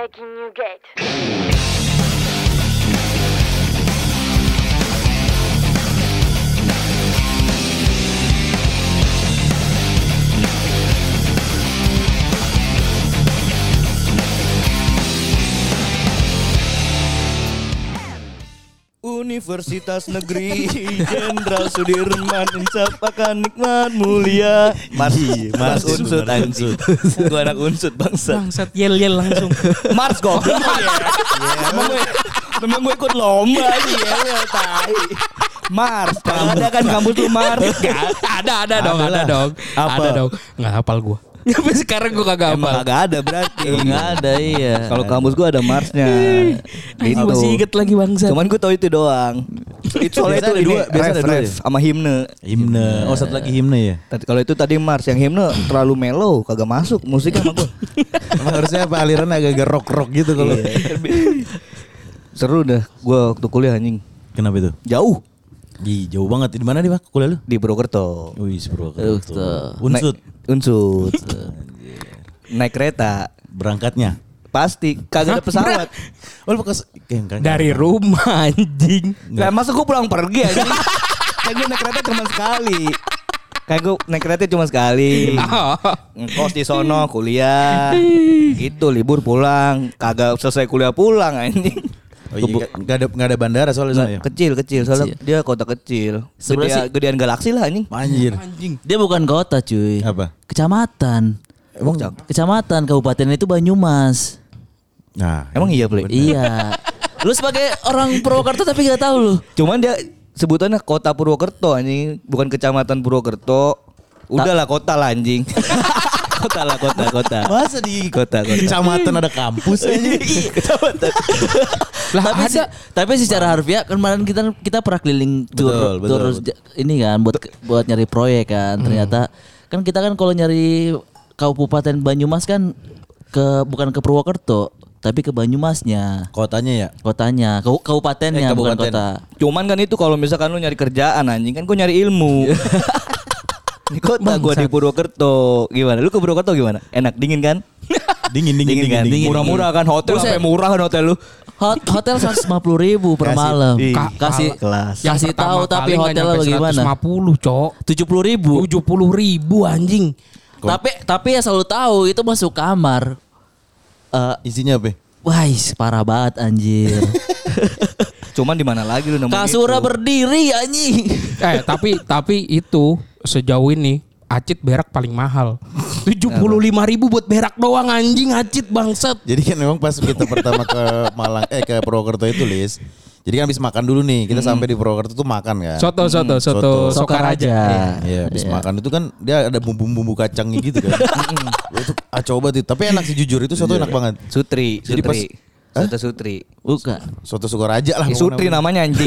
Breaking New Gate. Universitas Negeri Jenderal Sudirman mencapakan nikmat mulia. Mas Unsut anjing. Gua anak Unsut bangsat. Bangsat yel langsung. Mars goblok ya. Memang gue ikut lomba sih ya, tai. Mars, ada kan kampus tuh Mars. Ada dong. Ada dong. Enggak hafal gua. Sampai sekarang gue kagak Emang hafal. kagak ada berarti. Enggak ada iya. Kalau kampus gue ada Marsnya. Gitu. Masih inget lagi bangsat. Cuman gue tahu itu doang. Itu soalnya itu Biasa ada dua ya? sama himne. Himne. Oh, satu lagi himne ya. Kalau itu tadi Mars, yang himne terlalu mellow, kagak masuk musiknya sama gue. Emang harusnya apa aliran agak-agak rock gitu kalau. Seru dah gue waktu kuliah anjing. Kenapa itu? Jauh Jauh banget. Di mana di Pak kuliah lu? di Purwokerto. Wih, Purwokerto. Unsut. Unsut. Naik kereta. Berangkatnya. Pasti kagak ada pesawat. Oh, bekas Dari rumah anjing. Lah masa gue pulang pergi anjing. Kayak gue naik kereta cuma sekali. Ngekos di sono kuliah. Gitu libur pulang. Kagak selesai kuliah pulang anjing. Oh iya, nggak ada bandara soalnya. Kecil soalnya dia kota kecil. Sebenarnya Gedean galaksi lah anjing. Anjir. Dia bukan kota cuy. Apa? Kecamatan. Emang Kecamatan kabupaten itu Banyumas. Nah, Emang iya Play? Iya. Lu sebagai orang Purwokerto tapi gak tahu lu. Cuman dia sebutannya kota Purwokerto anjing, bukan kecamatan Purwokerto. Udahlah kota lah anjing. kota. masa di Kota. kecamatan ada kampus aja. Kecamatan. Lah Tapi secara harfiah kemarin kita pernah keliling Betul. ini kan buat nyari proyek kan. Ternyata kan kita kan kalau nyari Kabupaten Banyumas kan bukan ke Purwokerto tapi ke Banyumasnya. Kotanya ya. Kotanya, kabupatennya bukan kabupaten. kota. Cuman kan itu kalau misalkan lu nyari kerjaan anjing, kan gue nyari ilmu. Di kota gue di Purwokerto. Gimana? Lu ke Purwokerto gimana? Enak, dingin kan? Dingin. Murah-murah kan, hotel sampai murah kan hotel lu. Hotel 150.000 per malam. Kasih kelas. Kasih tahu tapi hotelnya bagaimana? 150, Cok. 70.000. 70.000 anjing. Tapi ya selalu tahu itu masuk kamar. Isinya apa? Wah, parah banget anjir. Cuman di mana lagi lu nemuin Kasura itu? berdiri anjing. Tapi itu sejauh ini Acit berak paling mahal. 75.000 buat berak doang anjing Acit bangsat. Jadi kan memang pas kita pertama ke ke Purwokerto itu Lis. Jadi kan habis makan dulu nih. Kita sampai di Purwokerto tuh makan kan. Soto Sokaraja. Iya, habis makan itu kan dia ada bumbu-bumbu kacangnya gitu kan. Itu coba tuh. Tapi enak sih jujur itu soto enak banget. Sutri. Jadi pas Soto Sutri. Bukan. Soto Sukaraja lah. Sutri namanya anjing.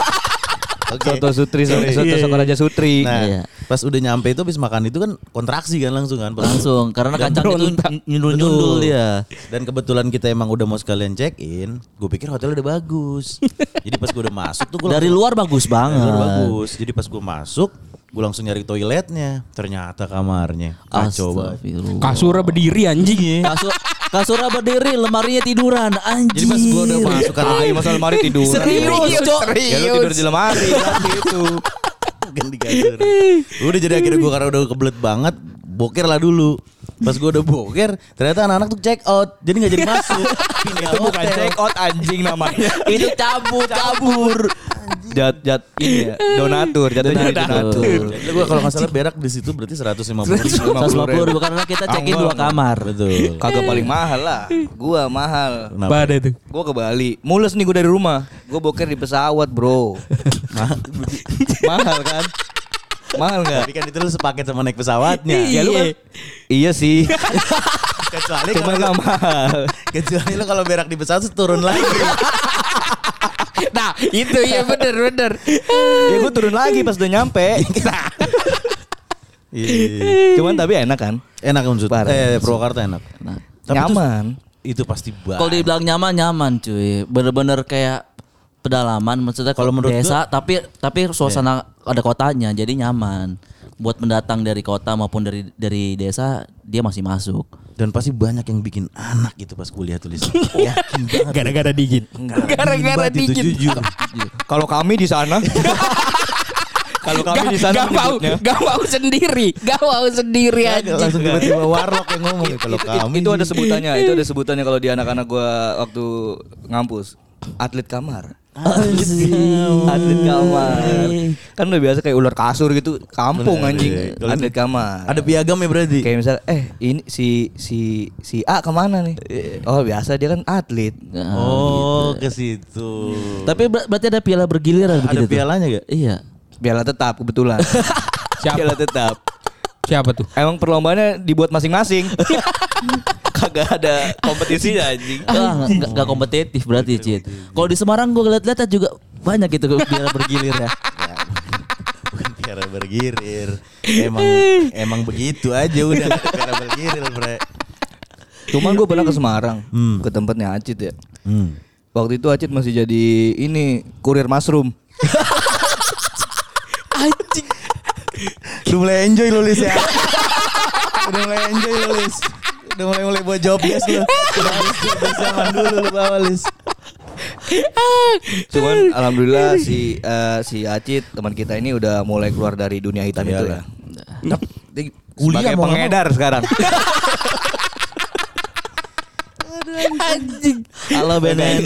Soto Sutri, Soto Sokaraja Sutri. Nah, Iya. pas udah nyampe itu habis makan itu kan kontraksi kan langsung kan. Langsung karena Dan kacang itu nyundul-nyundul dia. Dan kebetulan kita emang udah mau sekalian check in, gue pikir hotelnya udah bagus. Jadi pas gue udah masuk tuh gue Dari luar bagus banget. bagus. Jadi pas gue masuk, gue langsung nyari toiletnya. Ternyata kamarnya kacau banget. Astagfirullah. Kasura berdiri anjing. Kasurnya berdiri, lemarinya tiduran anjing. Jadi pas gue udah masuk kan Masa lemari tidur. Serius, Cok. Ya lu tidur di lemari berarti itu. ganti kasur. Udah jadi akhirnya gue karena udah kebelet banget, boker lah dulu. Pas gue udah boker, ternyata anak-anak tuh check out, jadi nggak jadi masuk. Itu bukan check out anjing namanya. Itu cabur. Jat ini ya, donatur, jatuhnya donatur. Gue kalau nggak salah berak di situ berarti 150. 150.000 karena kita check in 2 kamar. Betul. Kagak paling mahal lah. Gua mahal. Pada itu. Gua ke Bali. Mules nih gua dari rumah. Gua boker di pesawat, Bro. Mahal kan? Mahal enggak? Tapi kan itu lu sepaket sama naik pesawatnya. Ya lu kan. Iya sih. Kecuali Cuma kalau enggak mahal. kecuali lu kalau berak di pesawat terus turun lagi. Nah itu ya bener. Ya gua turun lagi pas udah nyampe. Cuman tapi enak kan? Enak maksud. Parah. Purwokerto enak. Tapi Nyaman. Itu pasti banget. Kalau dibilang nyaman cuy. Bener-bener kayak pedalaman, maksudnya Kalau menurut desa tapi suasana ada kotanya jadi nyaman. Buat pendatang dari kota maupun dari desa dia masih masuk. Dan pasti banyak yang bikin anak gitu pas kuliah tulis. Yakin banget. Gara-gara dingin. Gara-gara Itu dingin. jujur. Kalau kami di sana kalau kami di sana Gak mau sendiri aja. Langsung tiba-tiba warlock yang ngomong kalau kami. itu ada sebutannya, kalau di anak-anak gua waktu ngampus. Atlet kamar. Atlet kamar. Kan udah biasa kayak ular kasur gitu, kampung Bener, anjing. iya. Kalau Atlet kamar. Ada piagam ya berarti. Kayak misal ini si A kemana nih? Oh biasa dia kan atlet. Oh, ke situ. Tapi berarti ada piala bergiliran Ada begitu tuh? pialanya gak? Iya. Piala tetap kebetulan. Siapa? Piala tetap. Siapa tuh? Emang perlombaannya dibuat masing-masing. Kagak ada kompetisinya anjing. Gak kompetitif berarti Cid. Kalau di Semarang gue lihat-lihat juga banyak gitu piala bergilir ya. Bukan piala bergilir. Emang begitu aja udah piala bergilir, bre. Cuman gue pernah ke Semarang, ke tempatnya Acit ya. Waktu itu Acit masih jadi kurir mushroom. Anjing. Udah mulai enjoy lu Lis ya. Udah mulai enjoy lu Lis. Udah mulai buat job yes lu. Udah zaman dulu lu bawa Lis. Cuman alhamdulillah si Acit teman kita ini udah mulai keluar dari dunia hitam itu ya. Kuliah Sebagai mau pengedar sekarang. Anjing. Halo Benen.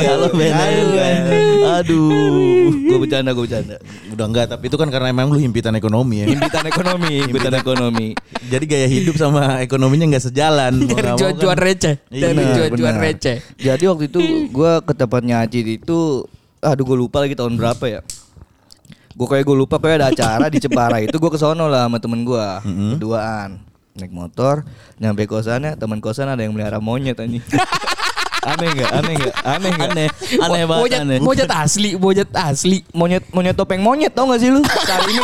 Aduh. Gue bercanda. Udah enggak, tapi itu kan karena emang lu himpitan ekonomi ya. Himpitan ekonomi. Jadi gaya hidup sama ekonominya enggak sejalan. Mau Dari nggak mau jual-jual kan. receh. Dari Iya, jual-jual benar. receh. Jadi waktu itu gue ke tempatnya Acit itu, gue lupa lagi tahun berapa ya. Gue lupa kayak ada acara di Jepara itu, gue kesono lah sama temen gue berduaan naik motor, nyampe kosannya teman kosan ada yang melihara monyet anjing. Aneh banget aneh. Monyet asli. Monyet topeng monyet tau gak sih lu?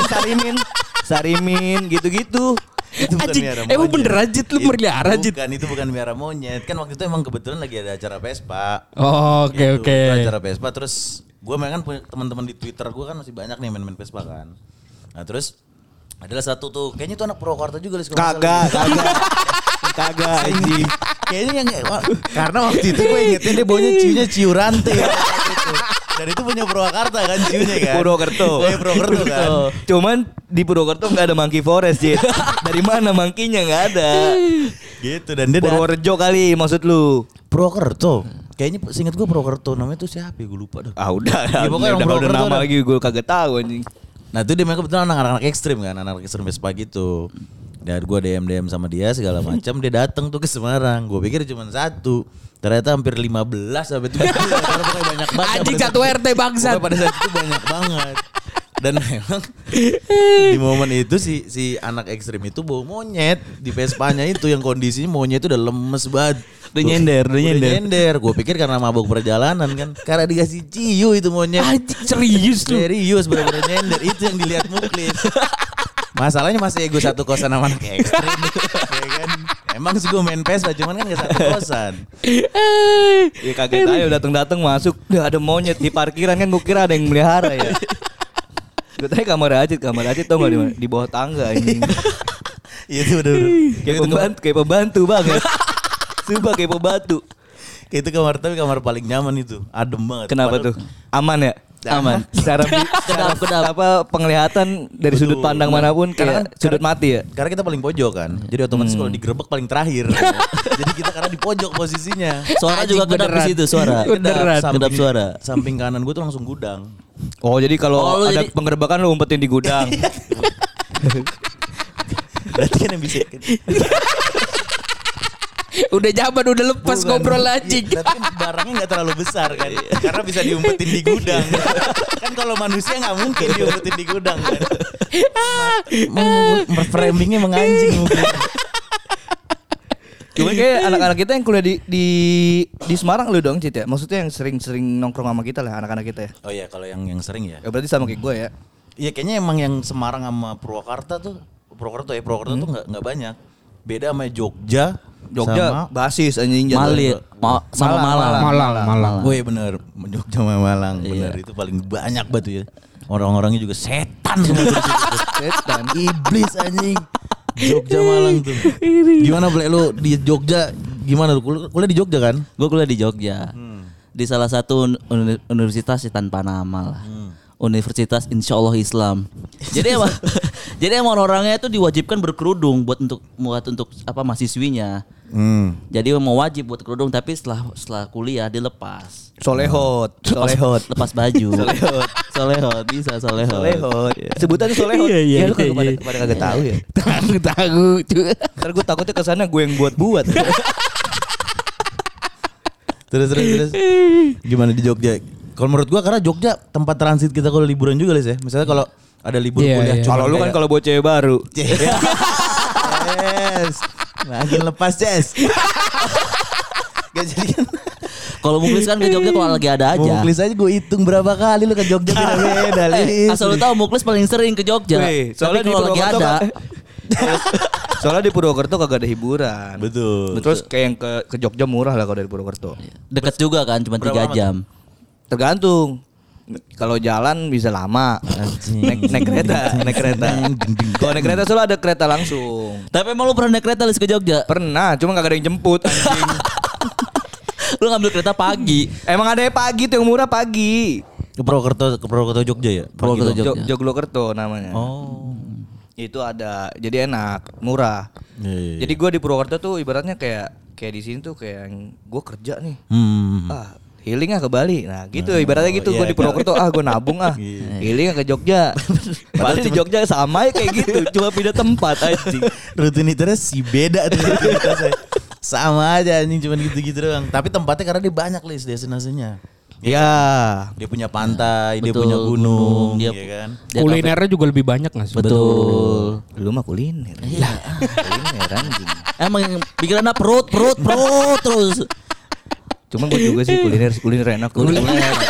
Sarimin gitu-gitu. Itu bukan Anjing, miara emang monyet. bener Ajit lu melihara Ajit. Bukan, itu bukan miara monyet. Kan waktu itu emang kebetulan lagi ada acara Vespa. Oh, oke. Acara Vespa, terus gue kan punya teman-teman di Twitter gue kan masih banyak nih main-main Vespa kan. Nah terus adalah satu tuh, kayaknya tuh anak Purwokerto juga Lis. Kagak anjing. Kayaknya yang karena waktu itu gue ingetnya dia baunya ciunya ciurante ya. Dan itu punya Purwakarta kan ciunya kan. Purwokerto. Purwokerto kan. Cuman di Purwokerto nggak ada monkey forest Jit. Dari mana monkeynya nggak ada. Gitu, dan dia Purworejo kali maksud lu. Purwokerto. Kayaknya seinget gue Purwokerto, namanya tuh siapa ya, gue lupa dah. Udah Ya, pokoknya orang udah Purwokerto nama dah. lagi gue kagak tahu anjing. Nah itu dia memang kebetulan anak-anak ekstrim kan, anak ekstrim Vespa gitu. Dan gue DM sama dia segala macam, dia datang tuh ke Semarang. Gue pikir cuma satu, ternyata hampir 15 sampai 17. Karena pokoknya banyak banget. Anjing satu RT bangsat. Pokoknya pada saat itu banyak banget. Dan memang di momen itu si anak ekstrim itu bawa monyet di Vespanya itu, yang kondisinya monyet itu udah lemes banget. Udah nyender. Gue pikir karena mabuk perjalanan kan, karena dikasih ciu itu monyet. Anjing serius lu. Serius bener-bener nyender. Itu yang dilihat Muklis. Masalahnya masih gue satu kosan sama anak ekstrim. Ya kan? Emang sih gue main Vespa, cuman kan gak satu kosan. Ya kaget aja datang masuk, udah ada monyet di parkiran kan, gue kira ada yang melihara ya. Gue tanya kamar Acit tau gak di mana? Di bawah tangga anjing. Iya itu bener-bener. Kayak pembantu banget. Sumpah kayak pembantu. Itu kamar paling nyaman itu. Adem banget. Kenapa tuh? Aman ya? Aman. Secara penglihatan dari sudut pandang manapun kayak sudut mati ya. Karena kita paling pojok kan. Jadi otomatis kalau digerebek paling terakhir. Jadi kita karena di pojok posisinya. Suara juga kedap di situ suara. Kedap suara. Samping kanan gue tuh langsung gudang. Oh jadi kalau ada jadi- penggerebekan lu umpetin di gudang. Berarti kan yang bisa. Udah zaman udah lepas ngobrol anjing. Iya, tapi kan barangnya gak terlalu besar kan. Karena bisa diumpetin di gudang. Kan kalau manusia gak mungkin diumpetin di gudang kan. Framingnya menganjing mungkin. Cuma kayak anak-anak kita yang kuliah di Semarang lu dong Cit ya. Maksudnya yang sering-sering nongkrong sama kita lah anak-anak kita ya. Oh iya kalau yang sering ya. Ya berarti sama kayak gue ya. Iya kayaknya emang yang Semarang sama Purwakarta tuh tuh nggak banyak. Beda sama Jogja sama basis anjing sama Malang. Malang. Oh iya bener, Jogja sama Malang bener, itu paling banyak batu ya. Orang-orangnya juga setan semua. setan. Iblis anjing. Jogja Malang tuh. Gimana Ble lu di Jogja? Gimana lu kuliah di Jogja kan? Gue kuliah di Jogja. Di salah satu universitas tanpa nama lah. Universitas Insya Allah Islam. Jadi emang orangnya itu diwajibkan berkerudung buat untuk apa mahasiswinya. Jadi mau wajib buat kerudung, tapi setelah kuliah dilepas. Solehot. Lepas baju. Solehot bisa solehot. Sebutannya solehot. Iya, Lu pada kagak tahu ya. Tahu. Ntar gue takutnya kesana gue yang buat. Terus. Gimana di Jogja? Kalau menurut gua karena Jogja tempat transit kita kalau liburan juga Les ya. Misalnya kalau ada libur kuliah. Kalau lu kan kalau buat cewek baru. Yes. Makin lepas, Ces. Gak jadi kan. Kalau Muklis kan ke Jogja kalau lagi ada aja. Muklis aja gue hitung berapa kali lu ke Jogja beda-beda. Asal lu tahu Muklis paling sering ke Jogja. Tapi kalau lagi ada Soalnya di Purwokerto kagak ada hiburan. Betul. Terus kayak yang ke Jogja murah lah kalau dari Purwokerto. dekat juga kan, cuma 3 jam. Tergantung. Kalau jalan bisa lama. Naik kereta. Kalau naik kereta soalnya ada kereta langsung. Tapi emang lu pernah naik kereta Lis ke Jogja? Pernah, cuma kagak ada yang jemput anjing. Lu ngambil kereta pagi. Emang ada yang pagi tuh yang murah pagi. Ke Purwokerto Jogja ya? Purwokerto Jogja. Joglokerto namanya. Oh. Itu ada, jadi enak, murah. Iya. Jadi gue di Purwokerto tuh ibaratnya kayak di sini tuh kayak gue kerja nih. Healing ke Bali. Nah gitu ibaratnya gitu. Gue di Purwokerto gue nabung healing ke Jogja. Padahal di Jogja sama ya kayak gitu. Cuma pindah tempat aja. Rutinitasnya si beda tuh rutinitasnya. Sama aja anjing cuman gitu-gitu doang. Tapi tempatnya karena dia banyak Lis destinasinya. Ya. Dia punya pantai, dia Betul, punya gunung, dia ya kan? Kulinernya juga lebih banyak nggak sih? Betul. Lu mah kuliner. Kuliner anjing. Emang pikirannya perut terus. Cuman gue juga sih kuliner enak. Kuliner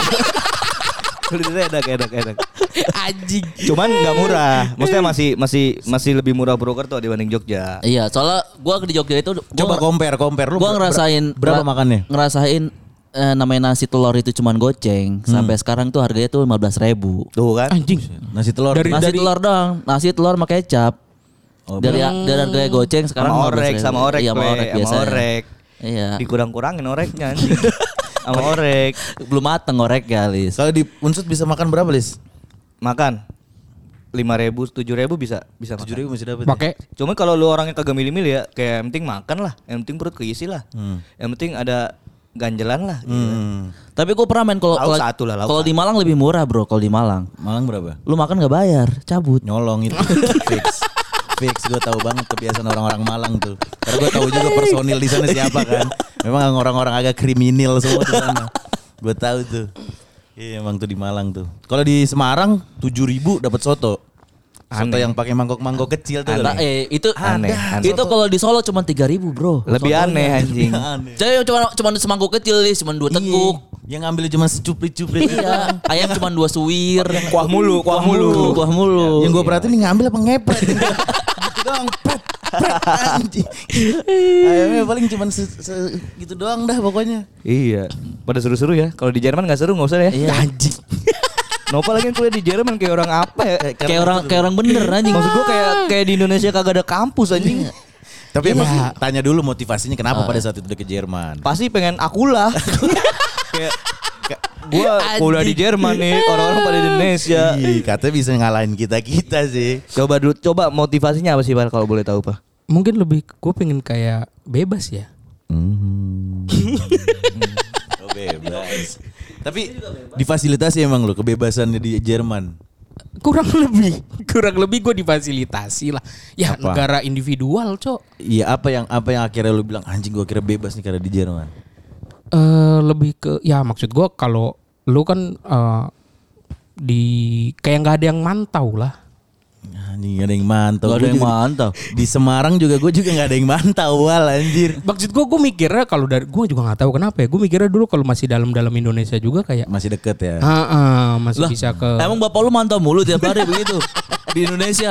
enak. Anjing. Cuman nggak murah. Maksudnya masih lebih murah Purwokerto dibanding Jogja. Iya, soalnya gua di Jogja itu Coba compare lu. Gua ngerasain berapa makannya? Ngerasain namanya nasi telur itu cuman goceng. Sampai sekarang tuh harganya tuh 15.000. Tuh kan? Anjing. Nasi telur. Nasi telur doang, nasi telur sama kecap. Dari harganya goceng sekarang sama orek. Iya, sama orek biasanya. Orek. Iya. Dikurang-kurangin oreknya anjing. Sama orek. Belum mateng orek ya, Lis. Kalau di Unsut bisa makan berapa Lis? Makan 5.000, 7.000 bisa 7.000 masih dapat. Pakai Cuma kalau lu orangnya kagak milih-milih ya, kayak yang penting makan lah, yang penting perut keisi lah. Yang penting ada ganjelan lah gitu. Tapi gue pernah main Lauk satu lah, lauk kalau di Malang lebih murah, Bro. Kalau di Malang. Malang berapa? Lu makan enggak bayar, cabut. Nyolong itu. Fix gue tahu banget kebiasaan orang-orang Malang tuh. Karena gue tahu juga personil di sana siapa kan. Memang orang-orang agak kriminal semua di sana. Gue tahu tuh. Iya emang tuh di Malang tuh. Kalau di Semarang 7.000 dapat soto. Soto yang pakai mangkok-mangkok kecil tuh. Itu Aneh. Itu kalau di Solo cuma 3.000, Bro. Lebih aneh anjing. Jadi cuma semangkok kecil nih, cuma 2 teguk. Yang ngambil cuma secuplit-cuplit. Iya, ayam cuma 2 suwir. Kuah mulu. Yang gue perhatiin nih ngambil apa ngepret. Gitu doang. Pret. Anjing. Ayamnya paling cuma gitu doang dah pokoknya. Iya. Pada seru-seru ya. Kalau di Jerman nggak seru nggak usah ya. Iya. Anjing. Nopal lagi kuliah di Jerman kayak orang apa ya? Kayak orang bener anjing. Maksud gue kayak di Indonesia kagak ada kampus anjing. Tapi emang tanya dulu motivasinya kenapa pada saat itu udah ke Jerman. Pasti pengen akulah. Kayak gue kuliah di Jerman nih, orang-orang pada di Indonesia. Ih, katanya bisa ngalahin kita sih. Coba motivasinya apa sih Pak kalau boleh tahu Pak? Mungkin lebih gue pengen kayak bebas ya. Oh, bebas. Tapi difasilitasi emang lo kebebasannya di Jerman. Kurang lebih gue difasilitasi lah. Ya Apa? negara individual, Cok. Iya apa yang akhirnya lu bilang anjing gue kira bebas nih karena di Jerman. Lebih ke ya maksud gue kalau lu kan di kayak nggak ada yang mantau lah. Anjing gak ada yang mantau. Gak ada yang mantau. Di Semarang juga gue juga gak ada yang mantau wal anjir. Maksud gue mikirnya kalau dari gue juga nggak tahu kenapa ya. Gue mikirnya dulu kalau masih dalam Indonesia juga kayak Masih deket ya. masih bisa ke. Emang bapak lu mantau mulu tiap hari begitu di Indonesia.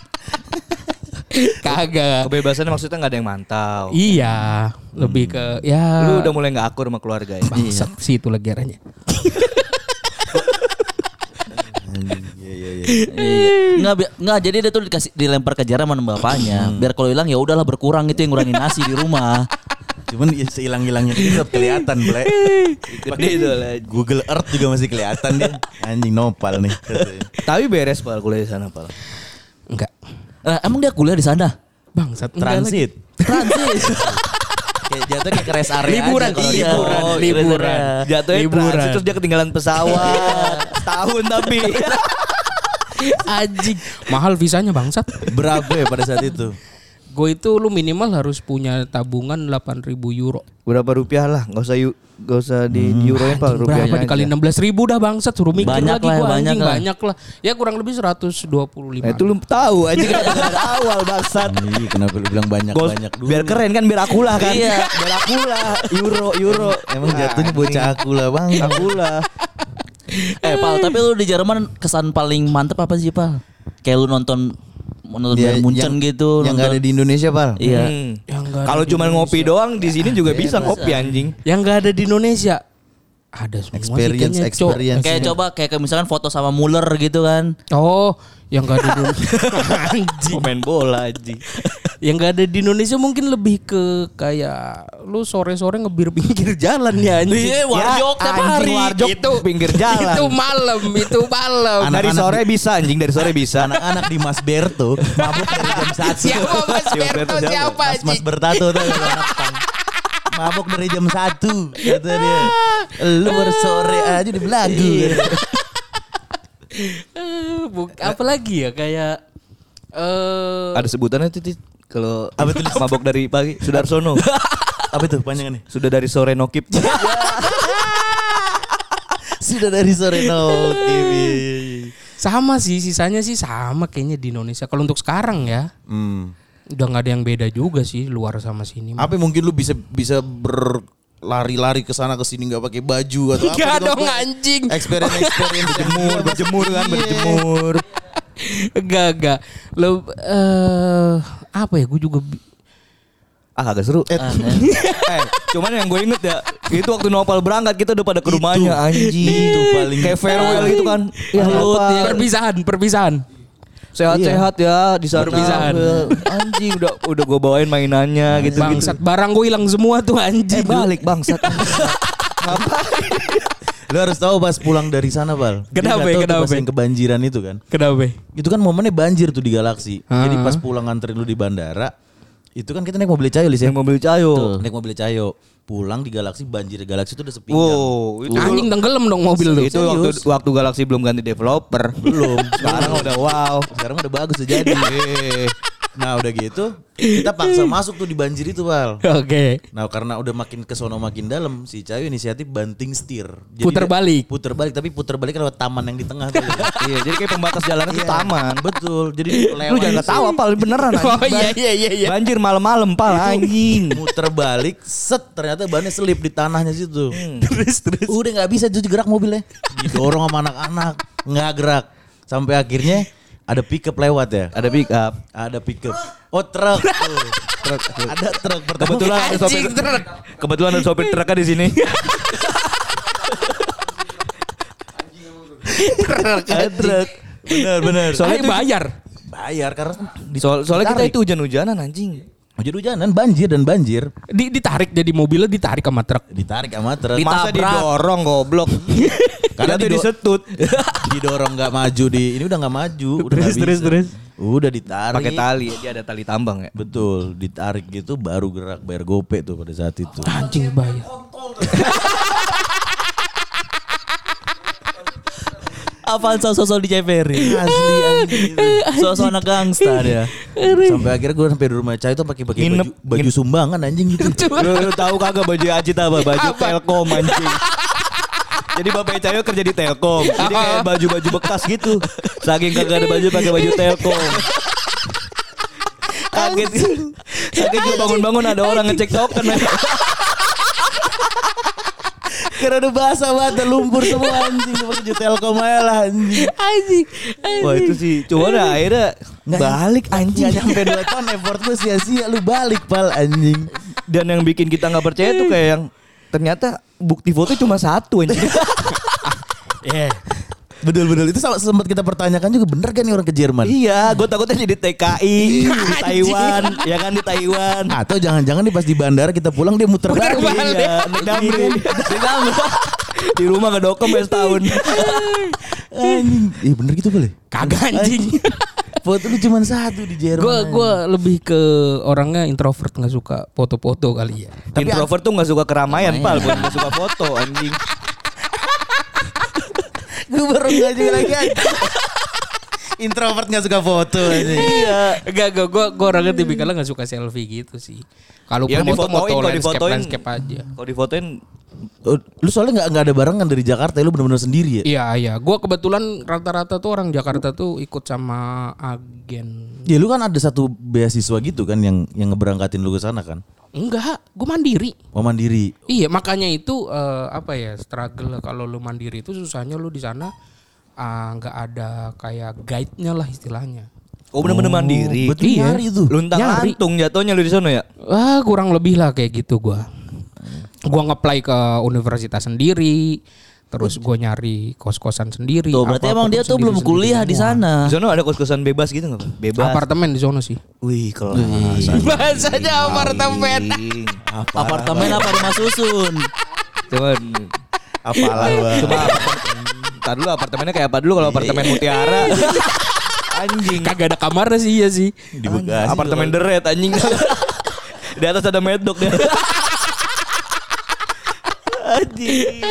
Kagak. Kebebasannya maksudnya nggak ada yang mantau. Iya, lebih ke ya. Lu udah mulai nggak akur sama keluarga ya. Bangsat sih itu lagi arahnya. Enggak, jadi dia tuh dilempar ke jarum sama bapaknya. Biar kalau hilang ya udahlah berkurang itu yang ngurangin nasi di rumah. Cuman ya sehilang-hilangnya itu tetap kelihatan, Ble. Gede itu lah. Google Earth juga masih kelihatan dia. Anjing nopal nih. Tapi beres Pal kuliah di sana Pal. Enggak. Emang dia kuliah di sana? Bangsat. enggak lagi. Transit. Kayak jatuh kayak ke rest area Liburan, aja kalau iya. liburan. Liburan. Jatuhnya Liburan. transit terus dia ketinggalan pesawat. Setahun tapi. Anjing. Mahal visanya bangsat. Berapa ya pada saat itu? Gue itu lu minimal harus punya tabungan 8.000 euro. Berapa rupiah lah, nggak usah di euroin Pal, Anjing, rupiahnya berapa dikali aja. 16.000 dah bangsat, suruh mikir Banyak lagi lah, gua banyak anjing, lah. banyak lah. Ya kurang lebih 125. Nah, itu lu tahu aja kan dari awal bangsat. Iya, kenapa lu bilang banyak-banyak dulu? Biar keren kan, biar akulah kan. Iya. Biar akulah. Euro. Emang jatuhnya bocah aku lah, Bang. Akulah. Pal, tapi lu di Jerman kesan paling mantep apa sih, Pal? Kayak lu nonton Ya, Bayern Munchen gitu. Yang nggak ada di Indonesia, Pal. Iya. Yang nggak ada Kalau di cuma ngopi doang di sini juga bisa ngopi anjing. Yang nggak ada di Indonesia. Ada semua Experience, sih kayaknya, Cok. experience. Kayak coba kayak misalkan foto sama Muller gitu kan. Oh, yang nggak ada di anjing. Main bola anjing. Yang nggak ada di Indonesia mungkin lebih ke kayak lu sore-sore ngebir pinggir jalan ya anjing. Iya, warjok tiap hari. Warjok itu pinggir jalan. Itu malam. Dari sore bisa anjing, dari sore bisa. Anak-anak di Mas Berto mabuk dari jam 1. Siapa Mas Berto siapa Mas anjing? bertato tuh anak pang. Mabuk dari jam 1 kata dia. Lu baru sore aja di belagu. Apa lagi ya kayak Ada sebutannya Titit. Kalau Apa tuh? mabok dari pagi Sudarsono. Apa itu panjangan nih? Sudah dari sore nokip. Sudah dari sore no TV. sama sih, sisanya sih sama kayaknya di Indonesia. Kalau untuk sekarang ya udah nggak ada yang beda juga sih luar sama sini. Apa mungkin lu bisa berlari-lari ke sana ke sini nggak pakai baju atau apa? Enggak gitu, dong apa? anjing. Experience berjemur kan, berjemur. Enggak. Lo apa ya? Gue juga Kagak seru. Cuman yang gue inget ya, itu waktu Nopal berangkat kita udah pada ke rumahnya anjing. Itu paling kayak farewell gitu kan. Ya, apa? perpisahan. Sehat-sehat ya di sana. Perpisahan. Anjing udah gue bawain mainannya gitu. Bangsat, barang gue hilang semua tuh anjing. Balik bangsat. Ngapain? Lu harus tahu pas pulang dari sana, Bal. Kenapa, Dia nggak tahu tuh kenapa? pas yang kebanjiran itu kan. Kenapa? Itu kan momennya banjir tuh di Galaxy. Jadi pas pulang nganterin lu di bandara, itu kan kita naik mobil Cayo, Lis ya. Yang mobil Cayo. Naik mobil Cayo. Pulang di Galaxy, banjir di Galaxy itu udah sepi. Wow, itu Anjing tenggelam dong mobil tuh. itu waktu Galaxy belum ganti developer. Belum. Sekarang udah wow. Sekarang udah bagus udah jadi. Nah udah gitu, kita paksa masuk tuh di banjir itu, Bal. Oke. Nah karena udah makin kesono makin dalam, si Cayo inisiatif banting setir. Jadi Puter dia balik. Puter balik, tapi puter balik lewat taman yang di tengah tuh. Iya, jadi kayak pembatas jalan itu taman. Betul. Jadi Lu jangan ketawa Pal, beneran anjing. Oh iya. Banjir malam-malam Pal anjing. muter balik, set ternyata bannya selip di tanahnya situ. Terus. Udah nggak bisa tuh gerak mobilnya. Didorong sama anak-anak, nggak gerak. Sampai akhirnya ada pickup lewat ya. Ada pickup. Oh truk. Truk. Ada truk pertama. Kebetulan ada sopir truknya di sini. Truk. Benar. Soalnya bayar. Bayar karena Soalnya kita itu hujan-hujanan anjing. hujan-hujanan banjir. Ditarik jadi mobilnya ditarik sama truk. Ditarik sama truk. Masa didorong goblok. Karena Dia tuh disetut. didorong nggak maju ini udah nggak maju, udah nggak bisa. Udah ditarik. Pakai tali, dia ada tali tambang ya. Betul, ditarik gitu baru gerak, bayar gope tuh pada saat itu. Anjing bayar. Apaan sosok di Jeffery? Asli anjing. Sosok anak gangsta dia. Sampai akhirnya gue sampai di rumah Cai tuh pakai baju sumbangan anjing gitu. Lu tahu kagak baju Ajit apa? Baju Telkom anjing. Jadi Bapak Cayo kerja di Telkom. Jadi kayak baju-baju bekas gitu. Saking kagak ada baju pakai baju Telkom. Kaget. Saking gue bangun-bangun ada orang ngecek token. Karena udah basah banget, lumpur semua anjing. Gue pakai baju Telkom aja lah anjing. Wah itu sih. Cuma dah akhirnya balik anjing. Gak nyampe 2 tahun effort lu sia-sia, lu balik pal anjing. Dan yang bikin kita gak percaya tuh kayak yang ternyata bukti foto cuma 1 anjing. Betul. Itu sempat kita pertanyakan juga, bener kan nih orang ke Jerman? Iya, gue takutnya jadi TKI di Taiwan, ya kan di Taiwan. Atau jangan-jangan nih pas di bandara kita pulang dia muter balik. Iya, naik Damri. Di rumah gak dokem ya setahun. Anjing. Iya bener gitu boleh? Kagak anjing. Foto lu cuma satu di Jerman. Gue lebih ke orangnya introvert, nggak suka foto-foto kali ya. Tapi introvert tuh gak suka keramaian, Pal. Bukan gak suka foto, anjing. Gue baru ngaji lagi aja. Introvert gak suka foto aja. Iya. Enggak, gue orangnya tipikalnya nggak suka selfie gitu sih. Kalau Ya, foto kalau landscape aja. Kalau difotoin Lu soalnya nggak ada barengan dari Jakarta, lu bener-bener sendiri ya? Iya. Gue kebetulan rata-rata tuh orang Jakarta tuh ikut sama agen. Ya lu kan ada satu beasiswa gitu kan yang ngeberangkatin lu ke sana kan? Enggak, gue mandiri. Oh mandiri. Iya, makanya itu struggle kalau lu mandiri itu susahnya lu di sana nggak ada kayak guide-nya lah istilahnya. Oh bener-bener mandiri. Betul Iya. nyari itu. Luntang-lantung jatuhnya lu di sana ya? Kurang lebih lah kayak gitu gua. Gua nge-apply ke universitas sendiri, terus gua nyari kos-kosan sendiri. Tuh berarti emang dia tuh belum kuliah di sana. Di sana ada kos-kosan bebas gitu enggak, Pak? Bebas. Apartemen di sana sih. Wih, kelas. Bahasanya apartemen. Apartemen apa rumah susun? Cuman Apalah gua. cuma entar dulu apartemennya kayak apa dulu kalau apartemen Mutiara. Anjing. Kagak ada kamarnya sih, iya sih. Di Bekasi. Apartemen deret anjing. Di atas ada medok dia. Anjing.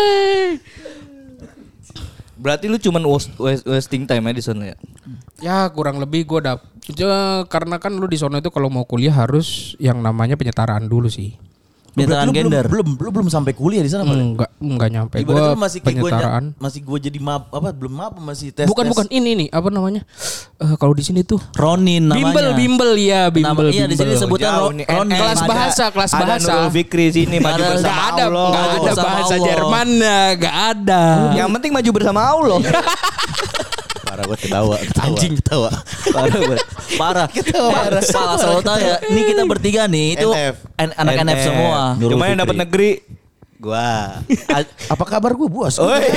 Berarti lu cuman wasting time ya di sana ya? Ya kurang lebih gue karena kan lu di sana itu kalau mau kuliah harus yang namanya penyetaraan dulu sih. Penyetaraan gender. Belum sampai kuliah di sana Pak? Enggak nyampe. Ibaratnya Gue lu masih kayak penyetaraan. masih gue jadi belum masih tes. Bukan ini apa namanya? Kalau di sini tuh Ronin namanya. Bimbel ya, bimbel. Iya di sini disebutnya Jauh nih, Ronin. kelas bahasa. Ada Nurul Fikri sini maju Ada- bersama Enggak ada Allah. bersama bahasa Allah. Jerman, enggak ada. Yang penting maju bersama Allah. Parah banget ketawa. Anjing. Ketawa. Parah banget. Parah. Salah selalu tahu ya. Ini kita bertiga nih itu NF. anak NF semua. Nurul Cuma yang Fikri. dapat negeri gua. Apa kabar gue bos?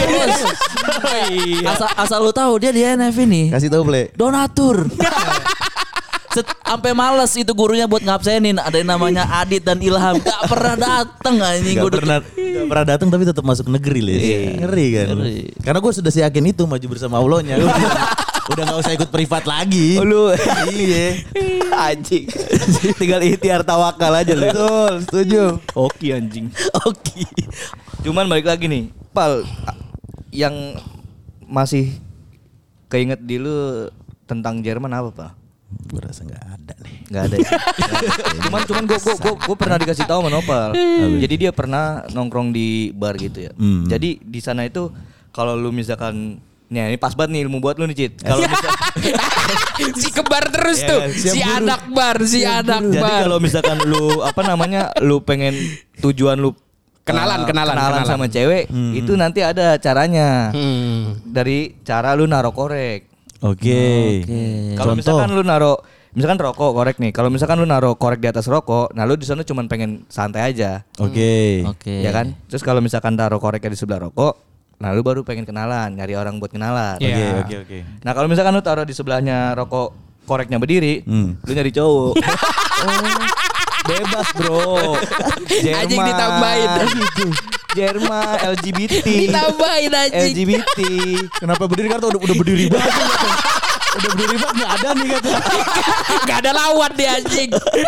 Asal lu tahu dia di NF ini Kasih tahu Ple. donatur. Sampai males itu gurunya buat ngabsenin. Ada yang namanya Adit dan Ilham. Gak pernah dateng anjing. Gak pernah datang tapi tetap masuk negeri Lis. Ngeri kan. Ngeri. Karena gue sudah yakin itu maju bersama Allahnya. Udah gak usah ikut privat lagi. Lu Iya. anjing. Tinggal ikhtiar tawakal aja lu. Betul, setuju. Oke anjing. Oke. Cuman balik lagi nih, Pal, yang masih keinget di lu tentang Jerman apa, Pak? Gue rasa gak ada nih. Gak ada. Ya? cuman gue pernah dikasih tahu sama Nopal. Jadi dia pernah nongkrong di bar gitu ya. Jadi di sana itu kalau lu misalkan nih ini pas banget nih ilmu buat lu nih Cit. Kalau Si kebar terus Iya, tuh. siap Si guru. anak bar, si anak jadi bar. kalau misalkan lu lu pengen tujuan lu Kenalan sama cewek, itu nanti ada caranya. Dari cara lu naruh korek. Oke. Kalau misalkan lu misalkan rokok korek nih. Kalau misalkan lu naruh korek di atas rokok, nah lu di sana cuman pengen santai aja. Oke. Oke. Ya kan? Terus kalau misalkan taruh koreknya di sebelah rokok, nah lu baru pengen kenalan, nyari orang buat kenalan. Iya. Oke. Nah, kalau misalkan lu taruh di sebelahnya rokok koreknya berdiri, lu nyari cowok. Bebas, Bro. Anjing ditambahin. Jerman LGBT. Ditambahin anjing. LGBT. Kenapa berdiri kartu udah berdiri banget. Udah berdiri banget gak ada nih kata. Gak ada lawan dia anjing.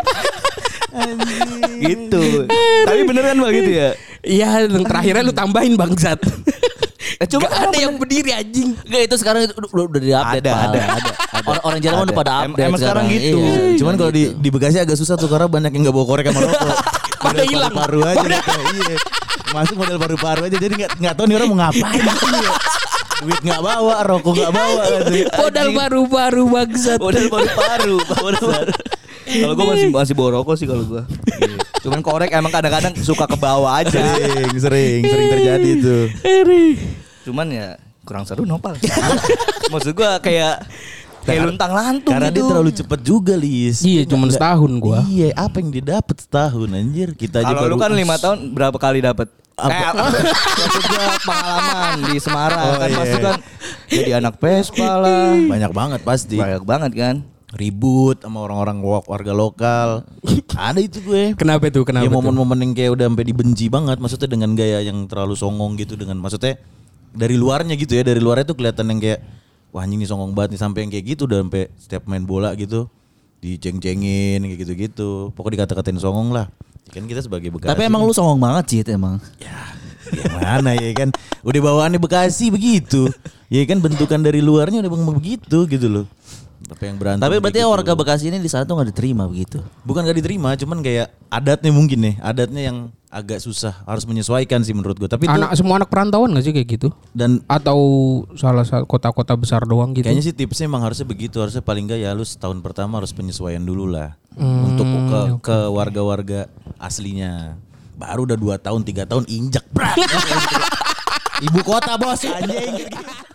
Gitu. Tapi bener kan Bang gitu ya? Iya, yang terakhirnya lu tambahin bangsat. Coba Gak ada yang berdiri anjing. Enggak itu sekarang udah di-update. Ada. Orang Jerman udah pada update. Emang sekarang gitu. Iya. Cuman kalau di Bekasi agak susah tuh karena banyak yang gak bawa korek sama rokok. Pada hilang. Paru aja gitu. Iya. Masuk model paru-paru aja jadi nggak tahu nih orang mau ngapain gitu ya. Duit nggak bawa, rokok nggak bawa gitu. Modal baru-baru bangsat. Modal paru-paru. Kalau gue masih bawa rokok sih kalau gue. Cuman korek emang kadang-kadang suka ke bawah aja. Sering terjadi tuh. Cuman ya kurang seru Nopal. Maksud gue kayak luntang lantung Karena gitu. dia terlalu cepet juga Lis. Iya, cuma setahun gua. Iya, apa yang dia dapat setahun anjir? Kita aja Kalau lu kan 5 tahun berapa kali dapat? Maksud gue pengalaman di Semarang Oh, kan iya. pasti kan jadi anak Vespa lah. Banyak banget pasti. Banyak banget kan. Ribut sama orang-orang warga lokal. Ada itu gue. Kenapa tuh? Kenapa Ya tuh? momen-momen yang kayak udah sampai dibenci banget, maksudnya dengan gaya yang terlalu songong gitu, dengan maksudnya dari luarnya gitu ya, dari luarnya tuh kelihatan yang kayak wah anjing nih songong banget nih, sampai yang kayak gitu udah sampai setiap main bola gitu diceng-cengin kayak gitu-gitu. Pokoknya dikata-katain songong lah. Kan kita sebagai Bekasi. Tapi emang lu songong banget sih emang. ya mana ya kan, udah bawaannya Bekasi begitu. Ya kan bentukan dari luarnya udah begitu gitu loh. Apa yang berantem. Tapi berarti kayak gitu. warga Bekasi ini di sana tuh gak diterima begitu. Bukan gak diterima, cuman kayak adatnya mungkin nih, adatnya yang agak susah, harus menyesuaikan sih menurut gue. Tapi Semua anak perantauan gak sih kayak gitu? dan Atau salah satu kota-kota besar doang gitu? kayaknya sih tipsnya emang harusnya begitu, harusnya paling enggak ya lu setahun pertama harus penyesuaian dulu lah untuk ke warga-warga aslinya. Baru udah 2 tahun 3 tahun injak. Ibu kota bos anjing.